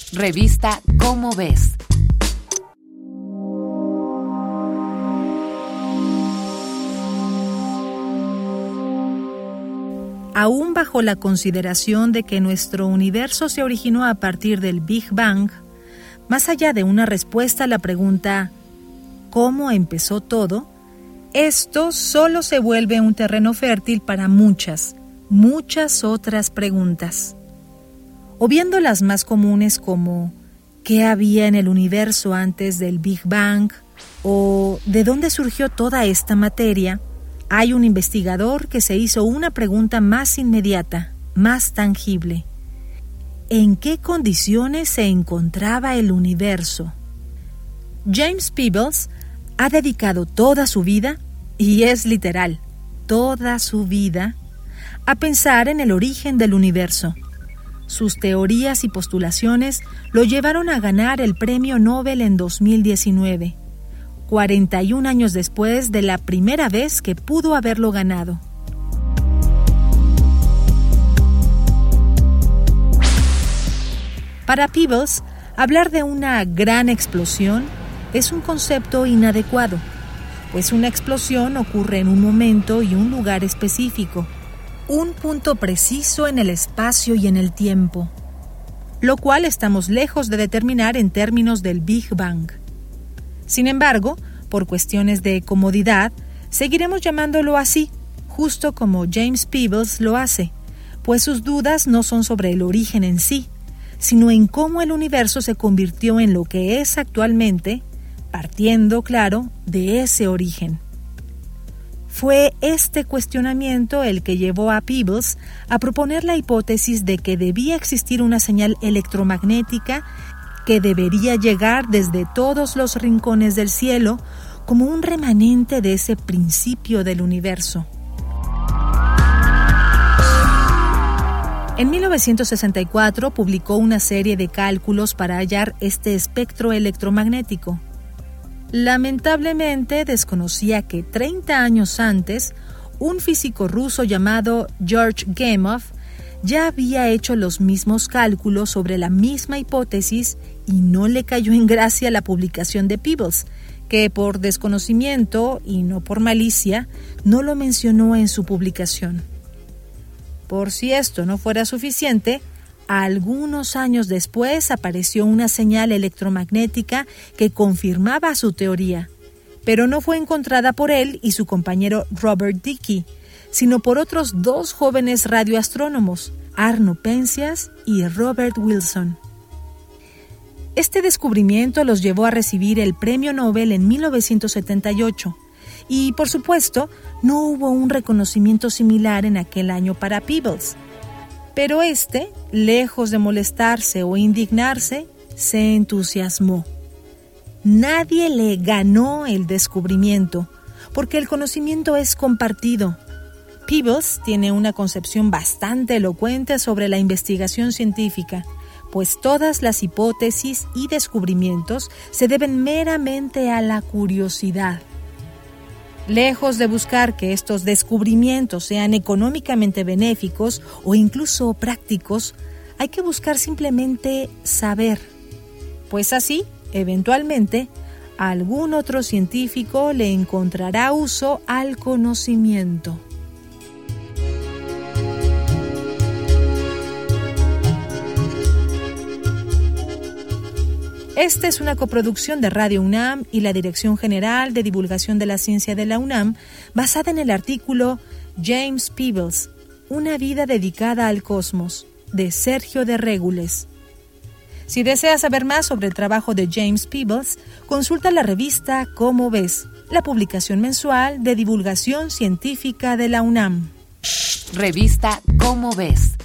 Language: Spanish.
Revista Cómo Ves. Aún bajo la consideración de que nuestro universo se originó a partir del Big Bang, más allá de una respuesta a la pregunta ¿cómo empezó todo?, esto solo se vuelve un terreno fértil para muchas otras preguntas. O viendo las más comunes como ¿qué había en el universo antes del Big Bang? O ¿de dónde surgió toda esta materia?, hay un investigador que se hizo una pregunta más inmediata, más tangible. ¿En qué condiciones se encontraba el universo? James Peebles ha dedicado toda su vida, y es literal, toda su vida, a pensar en el origen del universo. Sus teorías y postulaciones lo llevaron a ganar el Premio Nobel en 2019. 41 años después de la primera vez que pudo haberlo ganado. Para Peebles, hablar de una gran explosión es un concepto inadecuado, pues una explosión ocurre en un momento y un lugar específico, un punto preciso en el espacio y en el tiempo, lo cual estamos lejos de determinar en términos del Big Bang. Sin embargo, por cuestiones de comodidad, seguiremos llamándolo así, justo como James Peebles lo hace, pues sus dudas no son sobre el origen en sí, sino en cómo el universo se convirtió en lo que es actualmente, partiendo, claro, de ese origen. Fue este cuestionamiento el que llevó a Peebles a proponer la hipótesis de que debía existir una señal electromagnética que debería llegar desde todos los rincones del cielo como un remanente de ese principio del universo. En 1964 publicó una serie de cálculos para hallar este espectro electromagnético. Lamentablemente desconocía que 30 años antes, un físico ruso llamado George Gamow ya había hecho los mismos cálculos sobre la misma hipótesis y no le cayó en gracia la publicación de Peebles, que por desconocimiento y no por malicia, no lo mencionó en su publicación. Por si esto no fuera suficiente, algunos años después apareció una señal electromagnética que confirmaba su teoría, pero no fue encontrada por él y su compañero Robert Dicke, sino por otros dos jóvenes radioastrónomos, Arno Penzias y Robert Wilson. Este descubrimiento los llevó a recibir el Premio Nobel en 1978 y, por supuesto, no hubo un reconocimiento similar en aquel año para Peebles. Pero lejos de molestarse o indignarse, se entusiasmó. Nadie le ganó el descubrimiento, porque el conocimiento es compartido. Peebles tiene una concepción bastante elocuente sobre la investigación científica, pues todas las hipótesis y descubrimientos se deben meramente a la curiosidad. Lejos de buscar que estos descubrimientos sean económicamente benéficos o incluso prácticos, hay que buscar simplemente saber, pues así, eventualmente, algún otro científico le encontrará uso al conocimiento. Esta es una coproducción de Radio UNAM y la Dirección General de Divulgación de la Ciencia de la UNAM, basada en el artículo James Peebles, una vida dedicada al cosmos, de Sergio de Régules. Si deseas saber más sobre el trabajo de James Peebles, consulta la revista Cómo Ves, la publicación mensual de divulgación científica de la UNAM. Revista Cómo Ves.